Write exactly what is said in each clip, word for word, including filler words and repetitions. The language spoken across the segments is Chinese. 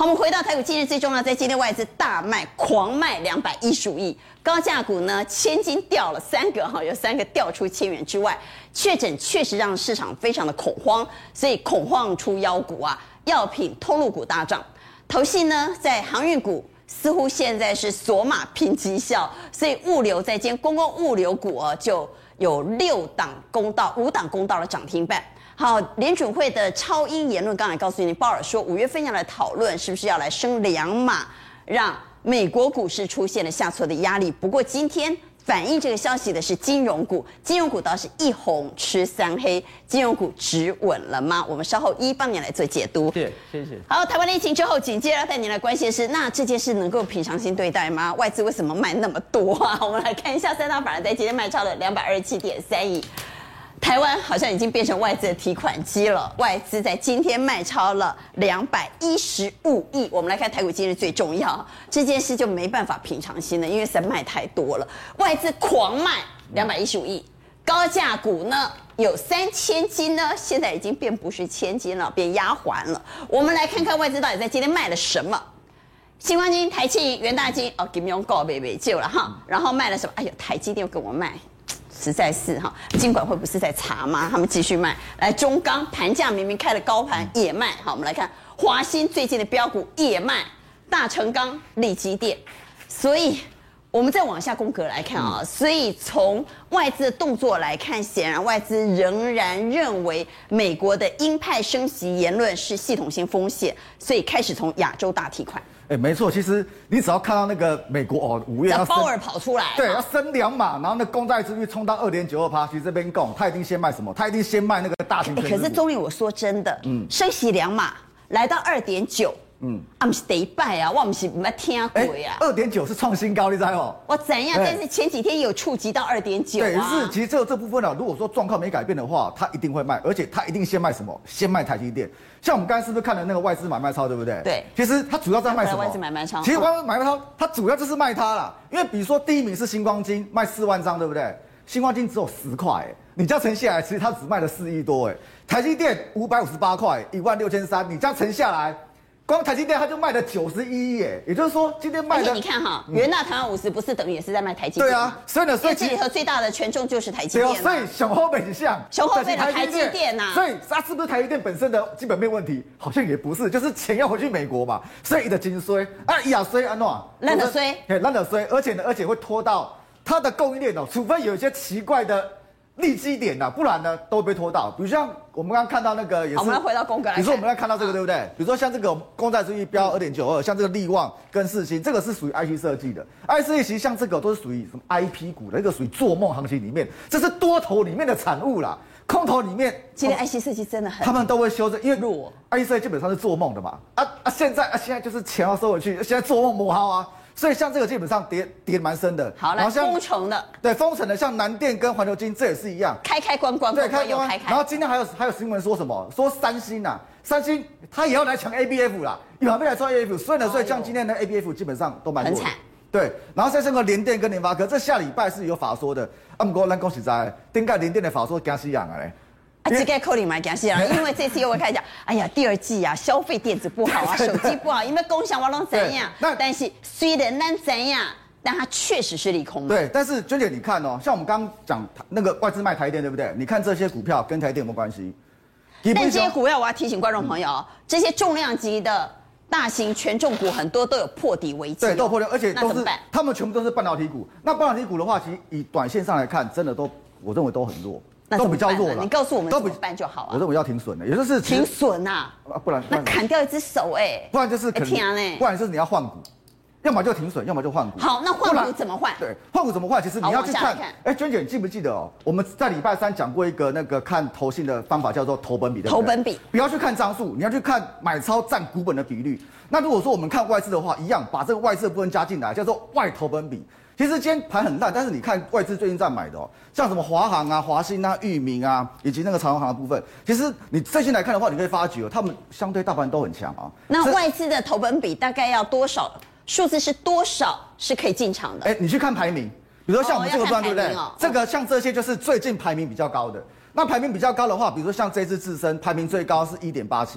我们回到台股，今日最重要，在今天外资大卖，狂卖两百一十五亿，高价股呢，千金掉了三个哈，有三个掉出千元之外，确诊确实让市场非常的恐慌，所以恐慌出妖股啊，药品、通路股大涨，投信呢在航运股似乎现在是索马拼绩效，所以物流在今天公共物流股啊就有六档公道、五档公道的涨停板。好，联准会的超鹰言论刚才告诉你，鲍尔说五月份要来讨论是不是要来升两码，让美国股市出现了下挫的压力。不过今天反映这个消息的是金融股，金融股倒是一红吃三黑，金融股止稳了吗？我们稍后一帮你来做解读。 谢谢谢。 好，台湾的疫情之后，紧接着带你来关心的是，那这件事能够平常心对待吗？外资为什么卖那么多啊？我们来看一下三大法人在今天卖超了两百二十七点三亿。台湾好像已经变成外资的提款机了，外资在今天卖超了两百一十五亿。我们来看台股今日最重要这件事就没办法平常心了，因为实在卖太多了，外资狂卖两百一十五亿，高价股呢有三千金呢，现在已经变不是千金了，变丫鬟了。我们来看看外资到底在今天卖了什么。新光金、台企、元大金哦，金融股没没救了哈，然后卖了什么？哎呦，台积电又跟我卖。实在是哈，金管会不是在查吗？他们继续卖。来，中钢盘价明明开了高盘也卖。好，我们来看华兴最近的标股也卖，大成钢、力积电。所以我们再往下宫格来看啊，所以从外资的动作来看，显然外资仍然认为美国的鹰派升息言论是系统性风险，所以开始从亚洲大提款。 哎、欸，没错，其实你只要看到那个美国哦，五月要鲍尔跑出来， 对，要升两码，然后那公债殖率冲到二点九二趴，其实这边供，他一定先卖什么？他一定先卖那个大型权值股。 可是钟理，我说真的，嗯，升息两码来到二点九。嗯，啊，不是第一拜啊，我不是没听过呀。 二点九是创新高，你知道吗？ 我怎样？但是前几天也有触及到二点九啊。 对，是其实这这部分呢、啊，如果说状况没改变的话，它一定会卖，而且它一定先卖什么？先卖台积电。像我们刚才是不是看了那个外资买卖超，对不对？ 对。 其实它主要在卖什么？ 外资买卖超。 其实外资买卖超，它主要就是卖它啦。因为比如说第一名是星光金，卖四万张，对不对？星光金只有十块，哎，你这样乘下来，其实它只卖了四亿多，哎。台积电五百五十八块，一万六千三，你这样乘下来。光台积电它就卖了九十一亿耶，也就是说今天卖的。 而且你看哈，元大台湾五十不是等于也是在卖台积电？ 对啊，所以呢，所以这里头最大的权重就是台积电、啊。 所以雄厚北向， 雄厚北的台积电呐、啊。 所以它是不是台积电本身的基本面问题？好像也不是，就是钱要回去美国嘛，所以你的紧衰啊，伊也衰安怎？ 烂的衰， 对，烂的衰，而且呢，而且会拖到它的供应链哦，除非有一些奇怪的。利基点呐、啊，不然呢都会被拖到。比如像我们刚刚看到那个也是， 我们来回到公格来看。 比如说我们来看到这个，对不对？比如说像这个公债殖利率标二点九二，像这个力旺跟世芯，这个是属于 I P 设计的。I P 设计其实像这个都是属于什么 I P 股的，一个属于做梦行情里面，这是多头里面的产物啦。空头里面， 其实 I C 设计真的很， 他们都会修正，因为弱 I P 设计基本上是做梦的嘛。啊啊，现在啊现在就是钱要收回去，现在做梦磨好啊。所以像这个基本上跌跌蛮深的， 好，来封城的， 对，封城的像南电跟环球金这也是一样， 开开关关， 对，开关关开开。 然后今天还有还有新闻说什么？说三星啊，三星它也要来抢 A B F 啦，有没来抢 A B F？所以呢，所以像今天的 A B F 基本上都蛮弱的， 很惨。 对，然后再像个联电跟联发科，这下礼拜是有法说的，啊，不过咱恭喜在，顶个联电的法说惊死人啊嘞。 啊，这个扣零买惊死人，因为这次又会开始讲，哎呀，第二季啊，消费电子不好啊，手机不好，因为共享我拢怎样？那但是虽然咱怎样，但它确实是利空。 对，但是娟姐你看哦，像我们刚刚讲那个外资卖台电，对不对？你看这些股票跟台电有没有关系？ 但这些股票我要提醒观众朋友，这些重量级的大型权重股很多都有破底危机， 对，都有破底，而且都是他们全部都是半导体股。那半导体股的话，其实以短线上来看，真的都我认为都很弱。都比较弱了， 你告诉我们怎么办就好啊。 我认为要停损的，也就是停损呐， 不然那砍掉一只手哎， 不然就是可能，不然就是你要换股，要么就停损，要么就换股。 好，那换股怎么换？ 对，换股怎么换？其实你要去看。哎，娟姐，你记不记得哦？我们在礼拜三讲过一个那个看投信的方法，叫做投本比。 投本比， 不要去看张数，你要去看买超占股本的比率。那如果说我们看外资的话，一样把这个外资的部分加进来，叫做外投本比。其实今天盘很烂，但是你看外资最近在买的哦，像什么华航啊、华兴啊、裕民啊，以及那个长荣航的部分，其实你最近来看的话，你可以发觉哦，他们相对大盘都很强啊。 那外资的投本比大概要多少？数字是多少是可以进场的？ 哎，你去看排名，比如说像我们这个段，对不对？ 哦、 这个像这些就是最近排名比较高的。那排名比较高的话，比如说像这支自身排名最高是 一点八七。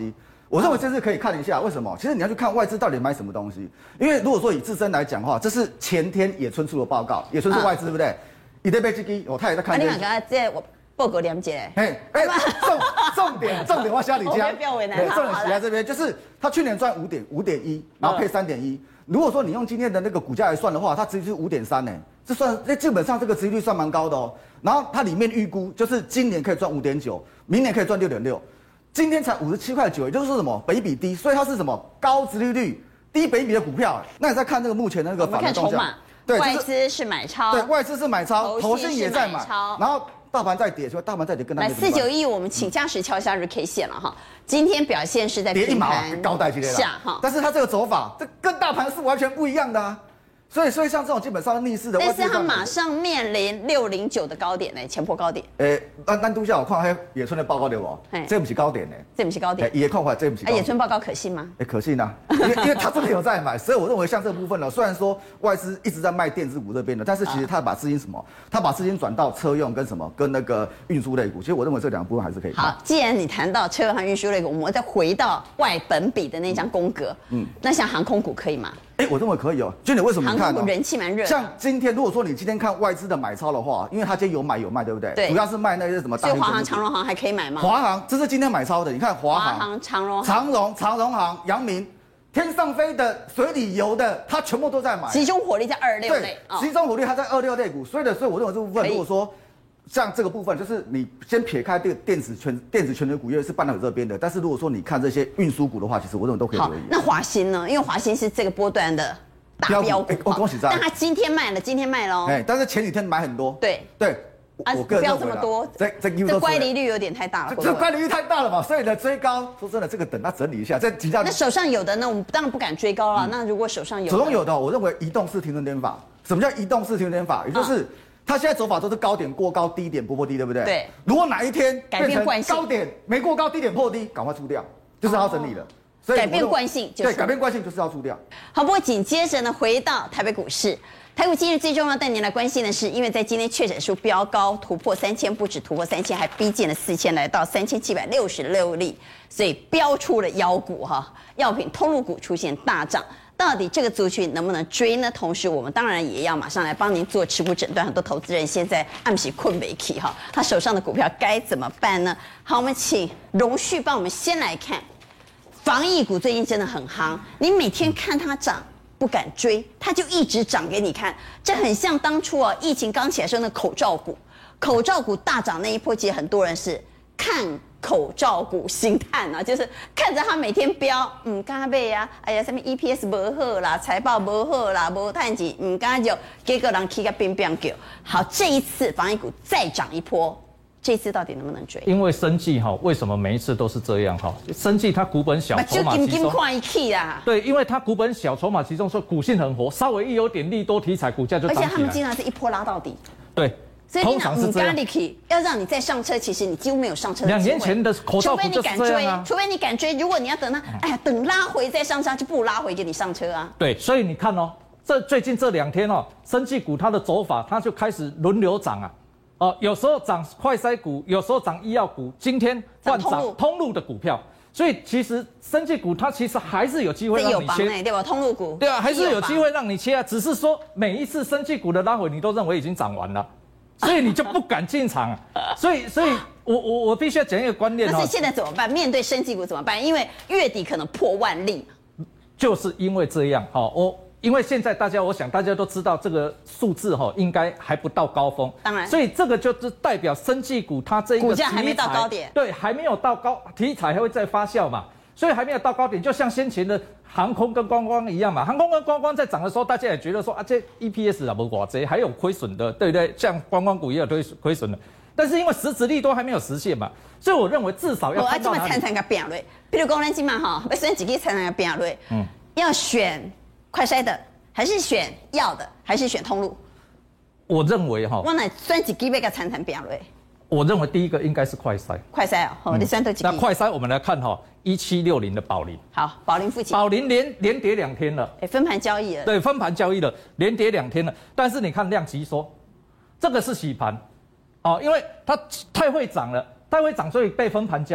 我认为这次可以看一下，为什么？其实你要去看外资到底买什么东西，因为如果说以自身来讲的话，这是前天野村出的报告，野村是外资、嗯、对不对？伊在被这个，哦，他也在看。啊， 你看刚这我报告连接。 哎哎，重重点重点我下你家， 不要为难他。 重点写在这边，就是他去年赚五点五点一，然后配三点一。如果说你用今天的那个股价来算的话，它殖利率是五点三呢，这算这基本上这个殖利率算蛮高的哦。然后它里面预估就是今年可以赚五点九，明年可以赚六点六。今天才五十七块九，也就是说什么本益比低，所以它是什么高殖利率、低本益比的股票。那你再看这个目前的那个法人动向， 对，外资是买超， 对，外资是买超，投信也在买，然后大盘在跌，所以大盘在跌跟它来四九一，我们请嘉实敲一下日 K 线了哈。今天表现是在跌一毛高带起来下哈， 但是它这个走法，这跟大盘是完全不一样的啊。所以，所以像这种基本上逆势的， 但是它马上面临六零九的高点呢，前波高点。 诶，咱咱都下有看迄野村的报告对不？这不是高点呢， 这不是高点。 也看法这不是。 啊，野村报告可信吗？ 哎，可信啊，因为因为他真的有在买，所以我认为像这个部分呢，虽然说外资一直在卖电子股这边的，但是其实他把资金什么，他把资金转到车用跟什么跟那个运输类股，其实我认为这两部分还是可以看。 好，既然你谈到车用和运输类股，我们再回到外本比的那张宫格，嗯，那像航空股可以吗？ 哎，我认为可以哦。就你为什么你看？ 航空股人气蛮热。 像今天，如果说你今天看外资的买超的话，因为它今天有买有卖，对不对？ 对。 主要是卖那些什么大。 所以华航、长荣航还可以买吗？ 华航这是今天买超的，你看华航、 华航、长荣、 长荣、长荣航、阳明，天上飞的、水里游的，它全部都在买。 集中火力在二六类。 对，集中火力它在二六类股，所以的，所以我认为这部分，如果说。像这个部分，就是你先撇开这个电子全电子全流股，因为是半导体这边的。但是如果说你看这些运输股的话，其实我认为都可以留意。 好，那华兴呢？因为华兴是这个波段的大标股， 我恭喜在。 但它今天卖了，今天卖了。 哎，但是前几天买很多。 对对， 啊，不要这么多，这这这乖离率有点太大了。 这乖离率太大了嘛，所以呢追高，说真的，这个等它整理一下，再几下。 那手上有的呢，我们当然不敢追高了。那如果手上有， 手中有的，我认为移动式停损点法。什么叫移动式停损点法？也就是。它现在走法都是高点过高，低点破破低，对不对？ 对。 如果哪一天改变惯性， 高点没过高，低点破低，赶快出掉，就是要整理了。 所以改变惯性， 对，改变惯性就是要出掉。 好，不过紧接着呢，回到台北股市，台股今日最重要带您来关心的是，因为在今天确诊数飙高，突破三千，不止突破三千，还逼近了四千，来到三千七百六十六例，所以飙出了妖股哈，药品通路股出现大涨。到底这个族群能不能追呢？同时，我们当然也要马上来帮您做持股诊断。很多投资人现在暗时困没起哈，他手上的股票该怎么办呢？好，我们请荣旭帮我们先来看，防疫股最近真的很夯，你每天看它涨不敢追，它就一直涨给你看。这很像当初啊，疫情刚起来时候那口罩股，口罩股大涨那一波，其实很多人是看。口罩股心叹啊，就是看着它每天飙，嗯，敢买啊，哎呀，什么 E P S 不好啦，财报不好啦，无赚钱，嗯，敢就结果人起个变变叫。好，这一次防疫股再涨一波，这次到底能不能追？ 因为生技哈，为什么每一次都是这样哈？生技它股本小，筹码集中。对，因为它股本小，筹码集中，所以股性很活，稍微一有点利多题材，股价就涨起来。 而且他们经常是一波拉到底。 对。 所以通常是这样。要让你再上车，其实你几乎没有上车的机会。 两年前的口罩股就是这样啊。 除非你敢追，如果你要等它，哎呀，等拉回再上车，就不拉回给你上车啊。 对，所以你看哦，这最近这两天哦，生技股它的走法，它就开始轮流涨啊。哦，有时候涨快筛股，有时候涨医药股，今天换涨通路的股票。所以其实生技股它其实还是有机会让你切， 对吧？通路股。 对啊，还是有机会让你切啊，只是说每一次生技股的拉回，你都认为已经涨完了。所以你就不敢进场，所以，所以我我我必须要讲一个观念哦。 但是现在怎么办？面对生技股怎么办？因为月底可能破万例， 就是因为这样哈。我因为现在大家，我想大家都知道这个数字哈，应该还不到高峰。 当然， 所以这个就是代表生技股它这一个股价还没到高点， 对，还没有到高，题材还会再发酵嘛。所以还没有到高点，就像先前的航空跟观光一样嘛。航空跟观光在涨的时候，大家也觉得说啊，这 E P S 啊不寡这还有亏损的，对不对？像观光股也有亏亏损的，但是因为实质利多还没有实现嘛，所以我认为至少要看到哪里。我参参个变类，比如讲咱今嘛哈，要选几个参参个变类，嗯，要选快筛的，还是选药的，还是选通路？ 我认为哈， 我来选几个要个参参变类。 我认为第一个应该是快筛， 快筛啊，好，你选到几个？ 那快筛我们来看哈，一七六零的宝林， 好，宝林附近， 宝林连连跌两天了， 哎，分盘交易了， 对，分盘交易了，连跌两天了，但是你看量级缩，这个是洗盘，哦，因为它太会涨了，太会涨，所以被分盘交易。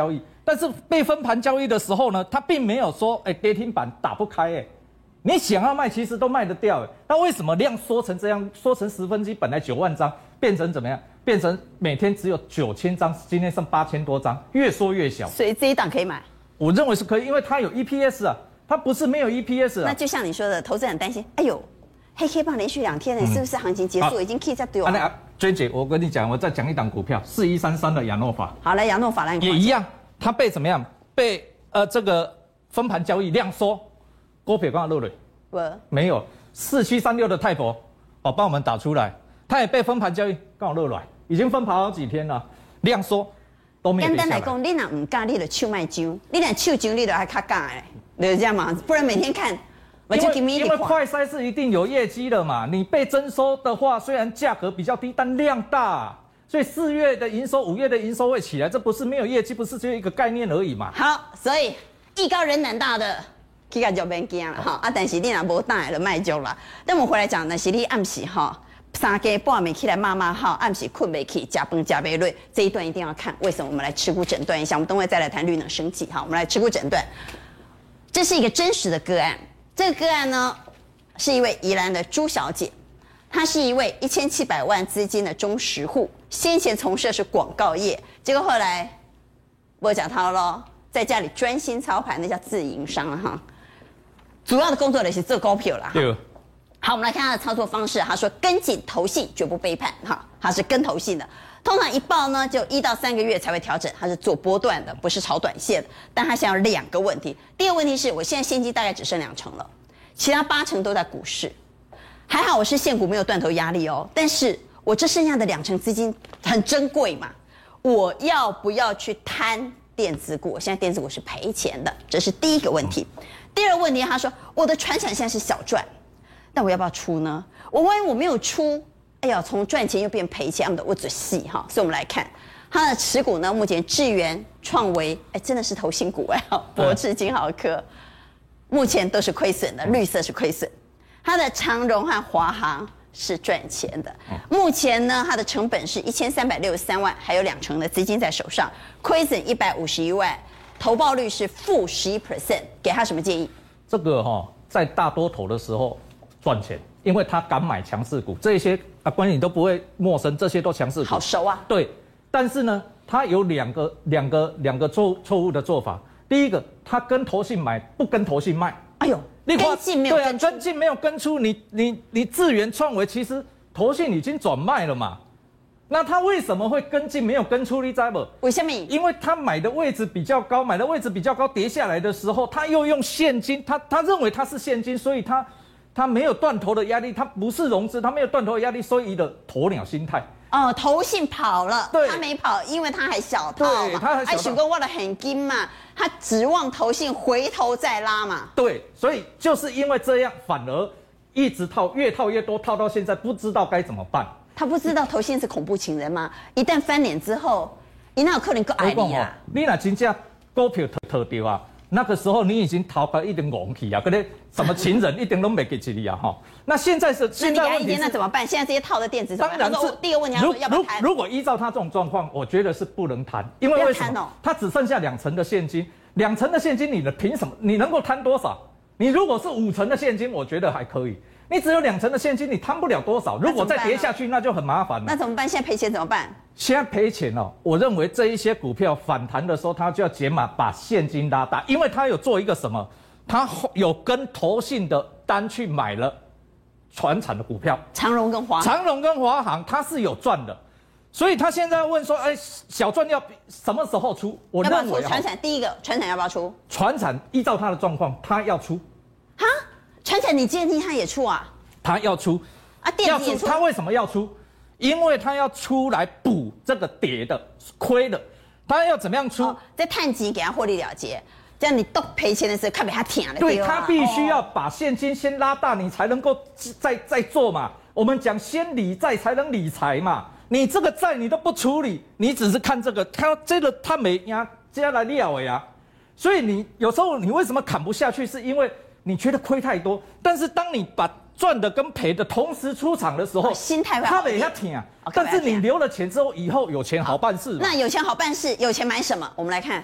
但是被分盘交易的时候呢，它并没有说，哎，跌停板打不开，哎，你想要卖其实都卖得掉，哎，那为什么量缩成这样，缩成十分之一，本来九万张变成怎么样？变成每天只有九千张，今天剩八千多张，越缩越小。 所以这一档可以买， 我认为是可以，因为它有 E P S 啊，它不是没有 E P S 啊。 那就像你说的，投资人很担心，哎呦。黑 K 棒连续两天呢，是不是行情结束？已经 K 在丢了。 娟姐，我跟你讲，我再讲一档股票，四一三三的亚诺法。 好，来亚诺法来， 也一样，它被怎么样？被呃这个分盘交易量缩，股票刚好落了。 我没有，四七三六的泰博，哦，帮我们打出来，它也被分盘交易刚好落来，已经分盘好几天了，量缩都没有跌下来。 简单来讲，你若唔敢，你就手卖涨，你若手涨，你就还较敢哎，就是这样嘛，不然每天看。 因为因为快筛是一定有业绩的嘛，你被征收的话，虽然价格比较低，但量大，所以四月的营收、五月的营收会起来，这不是没有业绩，不是只有一个概念而已嘛。 好，所以艺高人胆大的，起价就免惊了哈啊！但是你若无胆就卖足啦。等我回来讲呢，是你暗时哈三更半暝起来骂骂号，暗时困没起，加崩加杯累，这一段一定要看。为什么？我们来持股诊断一下。我们等会再来谈绿能升级哈，我们来持股诊断。这是一个真实的个案。这个个案呢，是一位宜兰的朱小姐，她是一位一千七百万资金的中实户，先前从事的是广告业，结果后来我讲她咯，在家里专心操盘，那叫自营商了哈。主要的工作呢是做股票啦。 对。 好，我们来看他的操作方式。他说跟紧投信，绝不背叛哈，他是跟投信的。通常一报呢，就一到三个月才会调整，它是做波段的，不是炒短线的。但他现在有两个问题，第二个问题是我现在现金大概只剩两成了，其他八成都在股市。还好我是现股没有断头压力哦，但是我这剩下的两成资金很珍贵嘛，我要不要去摊电子股？现在电子股是赔钱的，这是第一个问题。第二个问题，他说我的传产现在是小赚，但我要不要出呢？我万一我没有出。哎呀，从赚钱又变赔钱的，我只细哈，所以我们来看它的持股呢，目前智原、创维，哎，真的是投信股哎，博智、金豪科，目前都是亏损的，绿色是亏损。它的长荣和华航是赚钱的，目前呢，它的成本是一千三百六十三万，还有两成的资金在手上，亏损一百五十一万，投报率是负十一 percent， 给他什么建议？ 这个哈、哦，在大多头的时候赚钱。因为他敢买强势股，这些啊，关你都不会陌生，这些都强势股， 好熟啊。 对，但是呢，他有两个两个两个错错误的做法。第一个，他跟投信买，不跟投信卖。 哎呦，跟进没有跟出， 对啊，跟进没有跟出，你你你智原创维其实投信已经转卖了嘛。那他为什么会跟进没有跟出？你知道不？ 为什么？ 因为他买的位置比较高，买的位置比较高，跌下来的时候，他又用现金，他他认为他是现金，所以他。他没有断头的压力，他不是融资，他没有断头的压力，所以的鸵鸟心态。 哦，投信跑了， 对， 他没跑，因为他还小套嘛， 对，他还小套。 哎，许哥挖得很紧嘛，他指望投信回头再拉嘛。 对，所以就是因为这样，反而一直套，越套越多，套到现在不知道该怎么办。 他不知道投信是恐怖情人吗？一旦翻脸之后，你哪有可能够爱你啊？ 你若真正股票套套掉啊！那个时候你已经逃开一点勇气啊，跟那什么情人一点都没给你啊哈。那现在是现在问题是那怎么办？现在这些套的电子怎么办？ 当然是第一个问题，他说要不要谈？ 如果依照他这种状况，我觉得是不能谈，因为为什么？他只剩下两成的现金，两成的现金，你的凭什么？你能够摊多少？你如果是五成的现金，我觉得还可以。你只有两成的现金，你摊不了多少。如果再跌下去，那就很麻烦了。 那怎么办？现在赔钱怎么办？ 现在赔钱哦，我认为这一些股票反弹的时候，它就要减码，把现金拉大，因为它有做一个什么？它有跟投信的单去买了传产的股票， 长荣跟华长荣跟华航，它是有赚的，所以他现在问说，哎，小赚要什么时候出？我认为传产第一个传产要不要出？ 传产依照他的状况，他要出。 哈？传产你建议他也出啊？ 他要出啊，电子也出。 他为什么要出？因为他要出来补这个跌的亏的，他要怎么样出？ 哦、在探级给他获利了结，这样你都赔钱的时候看比他甜了。 对，他必须要把现金先拉大，你才能够再再做嘛。我们讲先理债才能理财嘛。你这个债你都不处理，你只是看这个，他这个他没呀，接下来料呀。所以你有时候你为什么砍不下去，是因为你觉得亏太多，但是当你把赚的跟赔的同时出场的时候， 哦、心态会好一点。他没呀但是你留了钱之后，以后有钱好办事。 那有钱好办事，有钱买什么？我们来看，嗯，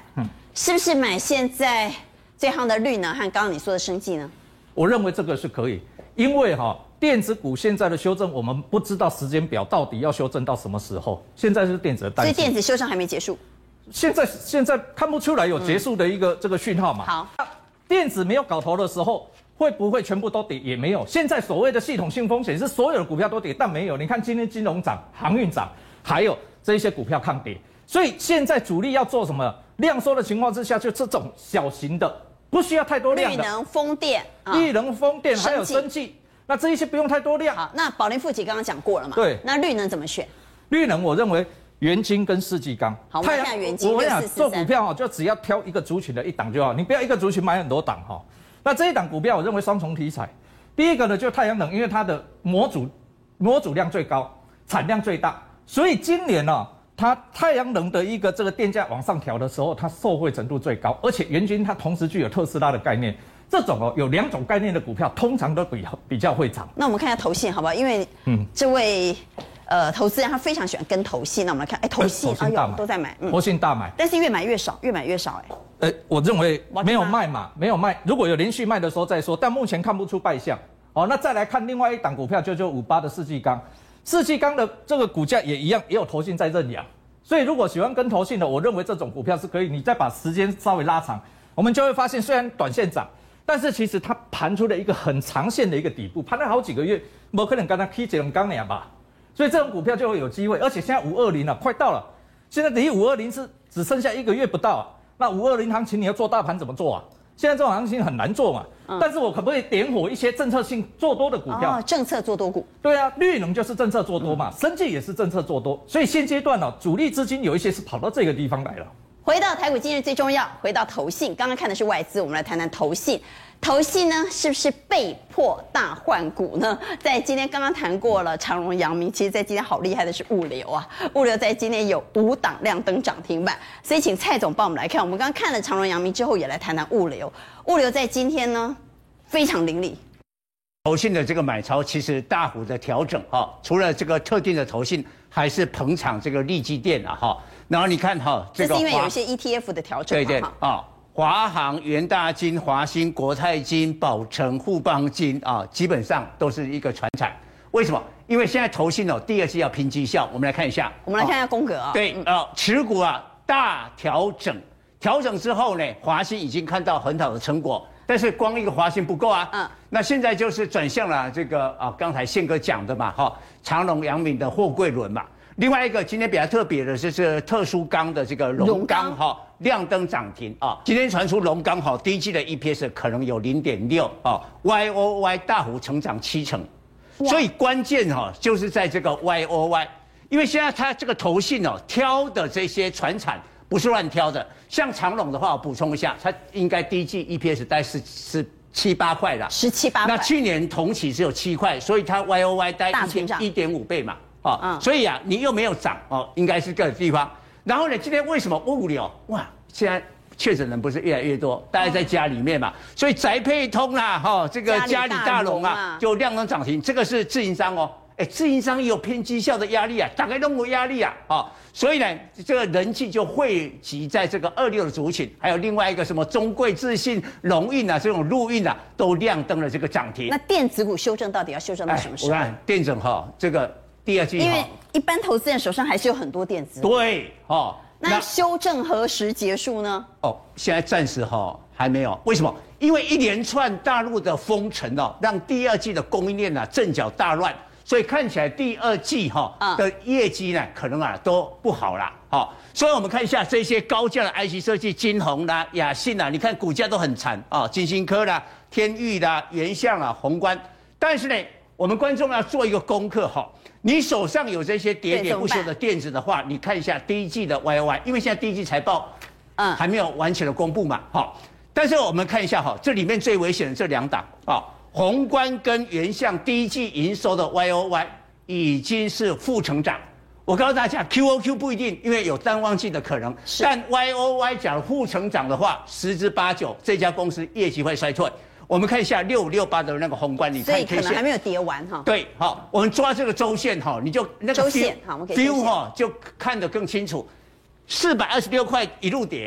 是不是买现在最夯的绿能和刚刚你说的生技呢？ 我认为这个是可以，因为哈、哦、电子股现在的修正，我们不知道时间表到底要修正到什么时候。现在是电子的淡季， 所以电子修正还没结束。 现在现在看不出来有结束的一个、嗯、这个讯号嘛。 好， 电子没有搞头的时候，会不会全部都跌？也没有。现在所谓的系统性风险是所有的股票都跌，但没有。你看今天金融涨、航运涨，还有这一些股票抗跌。所以现在主力要做什么？量缩的情况之下，就这种小型的，不需要太多量的。 绿能、风电、 绿能、风电还有生技，那这一些不用太多量。 好，那宝林富锦刚刚讲过了嘛？ 对。 那绿能怎么选？ 绿能我认为元晶跟世纪钢。 好，我们看元晶。 我跟你讲，做股票哈，就只要挑一个族群的一档就好，你不要一个族群买很多档哈。那这一档股票，我认为双重题材。第一个呢，就是太阳能，因为它的模组模组量最高，产量最大，所以今年呢、啊。它太阳能的一个这个电价往上调的时候，它受惠程度最高，而且元晶它同时具有特斯拉的概念，这种哦有两种概念的股票，通常都比较比较会涨。 那我们看一下投信好不好？因为嗯，这位呃投资人他非常喜欢跟投信，那我们来看，哎，投信哎呦都在买， 嗯，投信大买， 但是越买越少，越买越少，哎， 呃，我认为没有卖嘛，没有卖，如果有连续卖的时候再说，但目前看不出败象。哦，那再来看另外一档股票，就就五八的世纪钢，世纪钢的这个股价也一样，也有投信在认养。所以，如果喜欢跟投信的，我认为这种股票是可以。你再把时间稍微拉长，我们就会发现，虽然短线涨，但是其实它盘出了一个很长线的一个底部，盘了好几个月，没可能跟它 K 几龙钢两吧。所以这种股票就会有机会。而且现在五二零了，快到了，现在离五二零是只剩下一个月不到啊。那五二零行情你要做大盘怎么做啊？现在这种行情很难做嘛。嗯、但是我可不可以点火一些政策性做多的股票？ 哦，政策做多股。 对啊，绿能就是政策做多嘛，生技也是政策做多，所以现阶段呢、哦，主力资金有一些是跑到这个地方来了。 回到台股今日最重要，回到投信，刚刚看的是外资，我们来谈谈投信。投信呢，是不是被迫大换股呢？在今天刚刚谈过了长荣、阳明，其实在今天好厉害的是物流啊，物流在今天有五档亮灯涨停板，所以请蔡总帮我们来看。我们刚刚看了长荣、阳明之后，也来谈谈物流。物流在今天呢非常凌厉。 投信的这个买超其实大幅的调整哈，除了这个特定的投信，还是捧场这个利基电啊哈。然后你看哈， 这是因为有一些 E T F 的调整， 对对啊。华航、元大金、华兴、国泰金、宝成、富邦金啊，基本上都是一个传产。为什么？因为现在投信哦，第二季要拼绩效，我们来看一下。 我们来看一下宫格啊。 对，呃，持股啊大调整，调整之后呢，华兴已经看到很好的成果，但是光一个华兴不够啊。嗯。那现在就是转向了这个啊，刚才宪哥讲的嘛，哈，长荣、阳明的货柜轮嘛。另外一个今天比较特别的是这特殊钢的这个龙钢哈亮灯涨停啊，今天传出龙钢哈第一季的 E P S 可能有 零点六 啊 ，Y O Y 大幅成长七成，所以关键哈就是在这个 Y O Y， 因为现在它这个投信哦挑的这些传产不是乱挑的，像长荣的话我补充一下，它应该第一季 E P S 大概是是七八块啦， 十七八块， 那去年同期只有七块，所以它 Y O Y 大概一点五倍嘛。哦，嗯、所以啊，你又没有涨哦，应该是这个地方。然后呢，今天为什么物流哇？现在确诊人不是越来越多，大家在家里面嘛，所以宅配通啦，哈、哦，这个嘉里大荣啊，就亮灯涨停。这个是自营商哦，哎，自营商也有偏绩效的压力啊，大概都有压力啊，哦，所以呢，这个人气就汇集在这个二六的族群，还有另外一个什么中贵、自信、龙运啊，这种陆运啊，都亮灯了这个涨停。 那电子股修正到底要修正到什么时候？ 我看电子哈，这个。第二季， 因为一般投资人手上还是有很多电子股。 对，哦， 那修正何时结束呢？ 哦，现在暂时哈还没有。为什么？因为一连串大陆的封城哦，让第二季的供应链啊阵脚大乱，所以看起来第二季哈的业绩呢可能啊都不好啦。好，所以我们看一下这些高价的 I C 设计，金鸿啦、雅信啦，你看股价都很惨啊，金星科啦、天钰啦、原相啦、宏观，但是呢，我们观众要做一个功课哈。你手上有这些喋喋不休的电子的话，你看一下第一季的 Y O Y， 因为现在第一季财报，嗯，还没有完全的公布嘛，好，但是我们看一下哈，这里面最危险的这两档啊，宏观跟原相第一季营收的 Y O Y 已经是负成长。我告诉大家 ，Q O Q 不一定，因为有淡旺季的可能，但 Y O Y 假如负成长的话，十之八九这家公司业绩会衰退。我们看一下六五六八的那个宏观，你看， 所以可能还没有跌完哈。 对，好，我们抓这个周线哈，你就那个 feel 好，我们可以 feel 哈就看得更清楚。四百二十六块一路跌，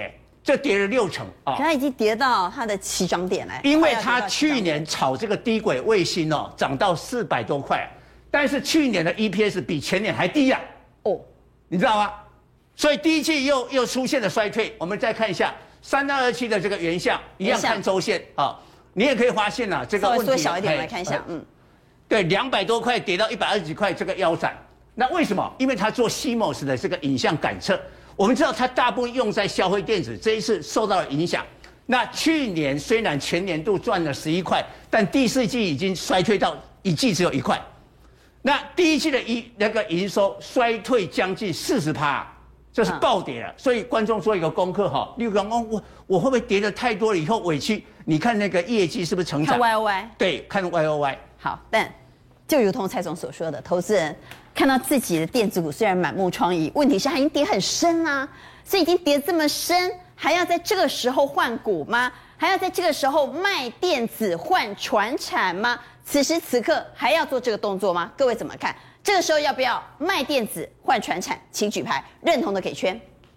这跌了六成啊！ 它已经跌到它的起涨点了， 因为它去年炒这个低轨卫星哦，涨到四百多块，但是去年的 E P S 比前年还低呀、啊，哦，你知道吗？所以第一季又又出现了衰退。我们再看一下三二二七的这个原相，一样看周线啊，你也可以发现啊，这个问题稍微缩小一点来看一下，嗯， 对，两百多块跌到一百二十几块，这个腰斩。那为什么？因为它做 C M O S 的这个影像感测。我们知道它大部分用在消费电子，这一次受到了影响。那去年虽然全年度赚了十一块，但第四季已经衰退到一季只有一块。那第一季的一那个营收衰退将近四十趴，这是暴跌了。所以观众做一个功课哈，例如讲哦，我我会不会跌得太多了以后委屈？你看那个业绩是不是成长？ 看 Y O Y， 对，看 Y O Y。 好，但就如同蔡总所说的，投资人看到自己的电子股虽然满目疮痍，问题是它已经跌很深啦、啊，所以已经跌这么深，还要在这个时候换股吗？还要在这个时候卖电子换传产吗？此时此刻还要做这个动作吗？各位怎么看？这个时候要不要卖电子换传产？请举牌，认同的给圈。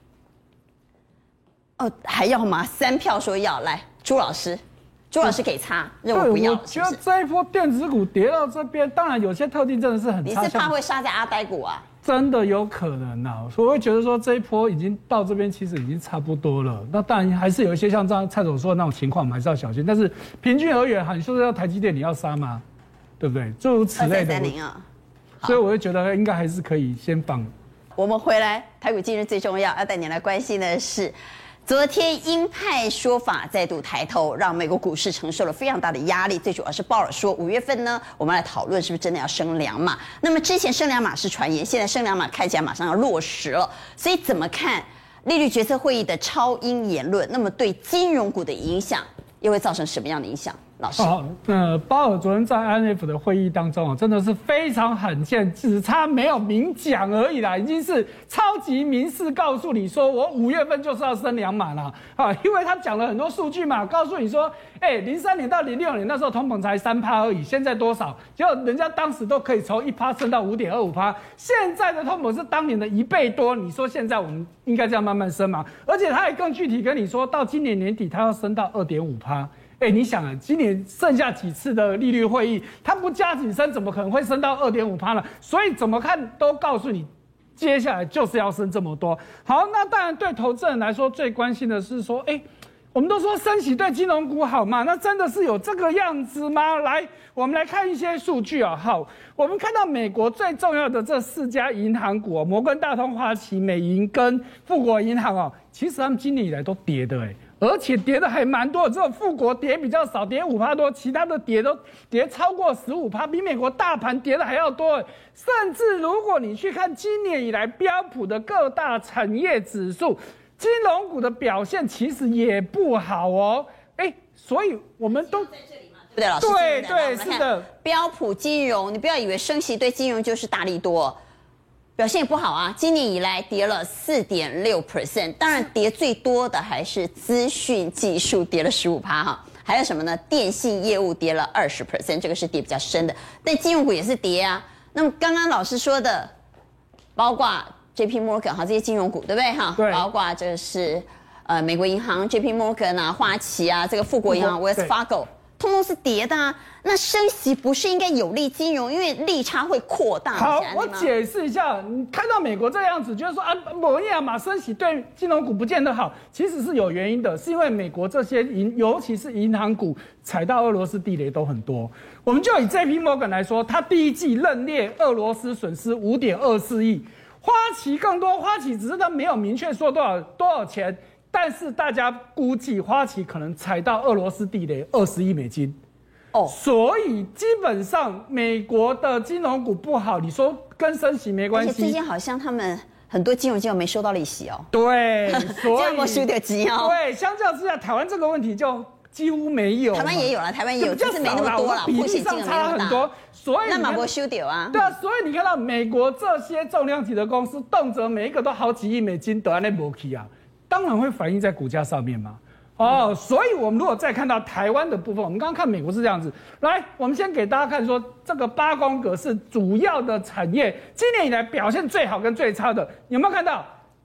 哦，还要吗？三票说要，来，朱老师。朱老师给差，认为不要。 我觉得这一波电子股跌到这边，当然有些特定真的是很差。 你是怕会杀在阿呆股啊？ 真的有可能啊，所以我会觉得说这一波已经到这边，其实已经差不多了。那当然还是有一些像刚才蔡总说的那种情况，我们还是要小心。但是平均而言，你说要台积电你要杀吗？对不对？诸如此类的。二三三零啊。所以我会觉得应该还是可以先放。 我们回来，台股今日最重要要带你来关心的是。昨天鹰派说法再度抬头，让美国股市承受了非常大的压力。最主要是鲍尔说，五月份呢，我们来讨论是不是真的要升两码。那么之前升两码是传言，现在升两码看起来马上要落实了。所以怎么看利率决策会议的超鹰言论？那么对金融股的影响又会造成什么样的影响？老师， 好，呃，鲍尔昨天在 I M F 的会议当中啊，真的是非常罕见，只差没有明讲而已啦，已经是超级明示告诉你说，我五月份就是要升两码啦，啊，因为他讲了很多数据嘛，告诉你说，哎，零三年到零六年那时候通膨才三趴而已，现在多少？结果人家当时都可以从一趴升到五点二五趴，现在的通膨是当年的一倍多，你说现在我们应该这样慢慢升嘛？而且他还更具体跟你说，到今年年底他要升到二点五趴。哎，你想啊，今年剩下几次的利率会议，它不加紧升，怎么可能会升到二点五趴呢？所以怎么看都告诉你，接下来就是要升这么多。好，那当然对投资人来说，最关心的是说，哎，我们都说升息对金融股好嘛，那真的是有这个样子吗？来，我们来看一些数据啊。好，我们看到美国最重要的这四家银行股、哦，摩根大通、花旗、美银跟富国银行哦，其实他们今年以来都跌的哎。而且跌的还蛮多，只有富国跌比较少，跌五趴多，其他的跌都跌超过十五趴，比美国大盘跌的还要多。甚至如果你去看今年以来标普的各大产业指数，金融股的表现其实也不好哦。哎，所以我们都在这里嘛，对不对，老师？ 对对，是的。 标普金融，你不要以为升息对金融就是大利多。表现也不好啊，今年以来跌了 百分之四点六， 当然跌最多的还是资讯技术跌了 百分之十五 哈，还有什么呢？电信业务跌了 百分之二十， 这个是跌比较深的，但金融股也是跌啊。那么刚刚老师说的，包括 J P Morgan 哈这些金融股对不对哈？ 对。 包括这是呃美国银行 J P Morgan 啊、花旗啊、这个富国银行 Wells Fargo。通通是跌的啊，那升息不是应该有利金融，因为利差会扩大。 好，我解释一下，你看到美国这样子，就是说啊，某亚马升息对金融股不见得好，其实是有原因的，是因为美国这些银，尤其是银行股踩到俄罗斯地雷都很多。我们就以 J P Morgan 来说，它第一季认列俄罗斯损失 五点二四亿，花旗更多，花旗只是它没有明确说多少多少钱。但是大家估计花旗可能踩到俄罗斯地雷二十亿美金，哦，所以基本上美国的金融股不好，你说跟升息没关系。 而且最近好像他们很多金融机构没收到利息哦。 对，所以我输点急哦。 对，相较之下，台湾这个问题就几乎没有。 台湾也有了，台湾也有，就是没那么多了， 比例上差很多。所以那马博修掉啊。 对啊，所以你看到美国这些重量级的公司，动辄每一个都好几亿美金，都在那没去啊。当然会反映在股价上面嘛，哦，所以我们如果再看到台湾的部分，我们刚刚看美国是这样子，来，我们先给大家看说这个八宫格是主要的产业，今年以来表现最好跟最差的，有没有看到？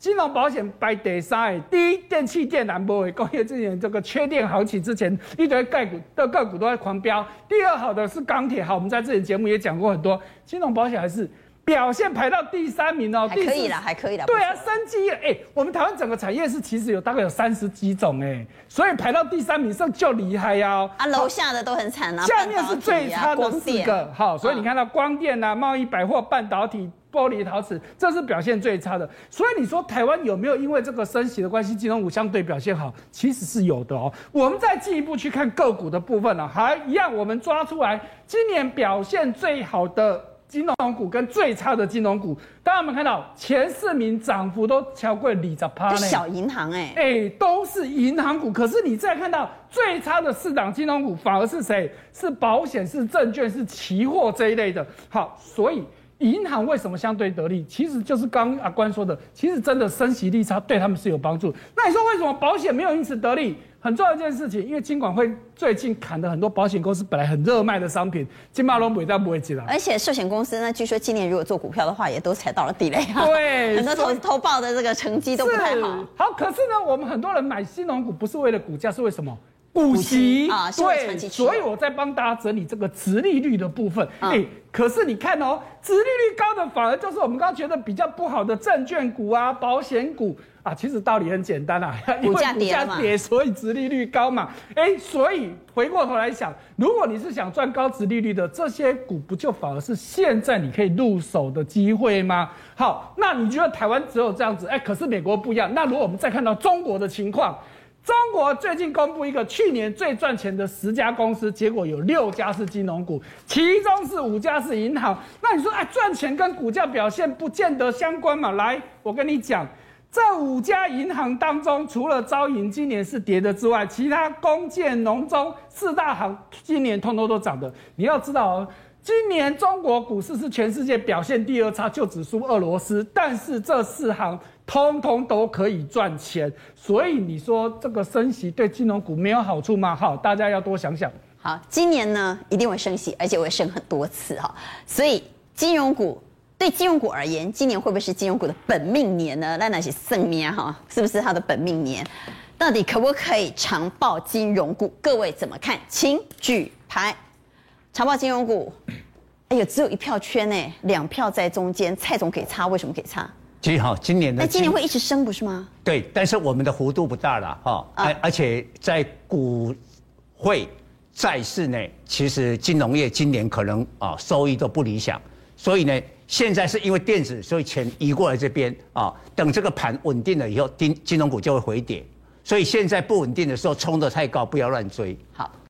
金融保险排第三的，第一电器电缆不会工业之前这个缺电行情之前一堆个股的个股都在狂飙。第二好的是钢铁，好，我们在之前节目也讲过很多，金融保险还是表现排到第三名哦， 还可以啦，还可以啦。 对啊，生机哎、欸，我们台湾整个产业是其实有大概有三十几种哎、欸，所以排到第三名上就厉害呀、哦。 啊，楼下的都很惨啊， 下面是最差的四个，好，所以你看到光电啊、贸易百货、半导体。玻璃陶瓷，这是表现最差的。所以你说台湾有没有因为这个升息的关系，金融股相对表现好？其实是有的哦。我们再进一步去看个股的部分呢、啊，还一样，我们抓出来今年表现最好的金融股跟最差的金融股。大家有没有看到前四名涨幅都超过二十趴呢？ 小银行哎、 欸，哎、欸，都是银行股。可是你再看到最差的四档金融股，反而是谁？是保险、是证券、是期货这一类的。好，所以。银行为什么相对得利？其实就是刚阿关说的，其实真的升息利差对他们是有帮助。那你说为什么保险没有因此得利？很重要一件事情，因为金管会最近砍的很多保险公司本来很热卖的商品，金马龙尾但不会进来。 而且寿险公司呢，据说今年如果做股票的话，也都踩到了地雷啊。 对， 很多投投报的这个成绩都不太好。 好，可是呢，我们很多人买金融股不是为了股价，是为什么？股息啊， 对，所以我在帮大家整理这个殖利率的部分。哎、嗯欸，可是你看哦，殖利率高的反而就是我们刚刚觉得比较不好的证券股啊、保险股啊。其实道理很简单啊，因为股价跌，所以殖利率高嘛。哎、欸，所以回过头来想，如果你是想赚高殖利率的这些股，不就反而是现在你可以入手的机会吗？好，那你觉得台湾只有这样子？哎、欸，可是美国不一样。那如果我们再看到中国的情况。中国最近公布一个去年最赚钱的十家公司，结果有六家是金融股，其中是五家是银行。那你说，哎，赚钱跟股价表现不见得相关嘛？来，我跟你讲，这五家银行当中，除了招银今年是跌的之外，其他工建、农中四大行今年通通都涨的。你要知道哦。今年中国股市是全世界表现第二差，就只输俄罗斯，但是这四行通通都可以赚钱，所以你说这个升息对金融股没有好处吗？好，大家要多想想。 好，今年呢一定会升息，而且会升很多次哈，所以金融股对金融股而言，今年会不会是金融股的本命年呢？那那是圣年哈，是不是它的本命年？到底可不可以长抱金融股？各位怎么看？请举牌。长抱金融股，哎呦，只有一票圈呢，两票在中间，蔡总可以差，为什么可以差？ 其实哈，今年的， 那今年会一直升不是吗？ 对，但是我们的幅度不大了哈，而、啊、而且在股汇债市呢，其实金融业今年可能啊收益都不理想，所以呢，现在是因为电子，所以钱移过来这边啊，等这个盘稳定了以后，金金融股就会回跌，所以现在不稳定的时候冲得太高，不要乱追。 好。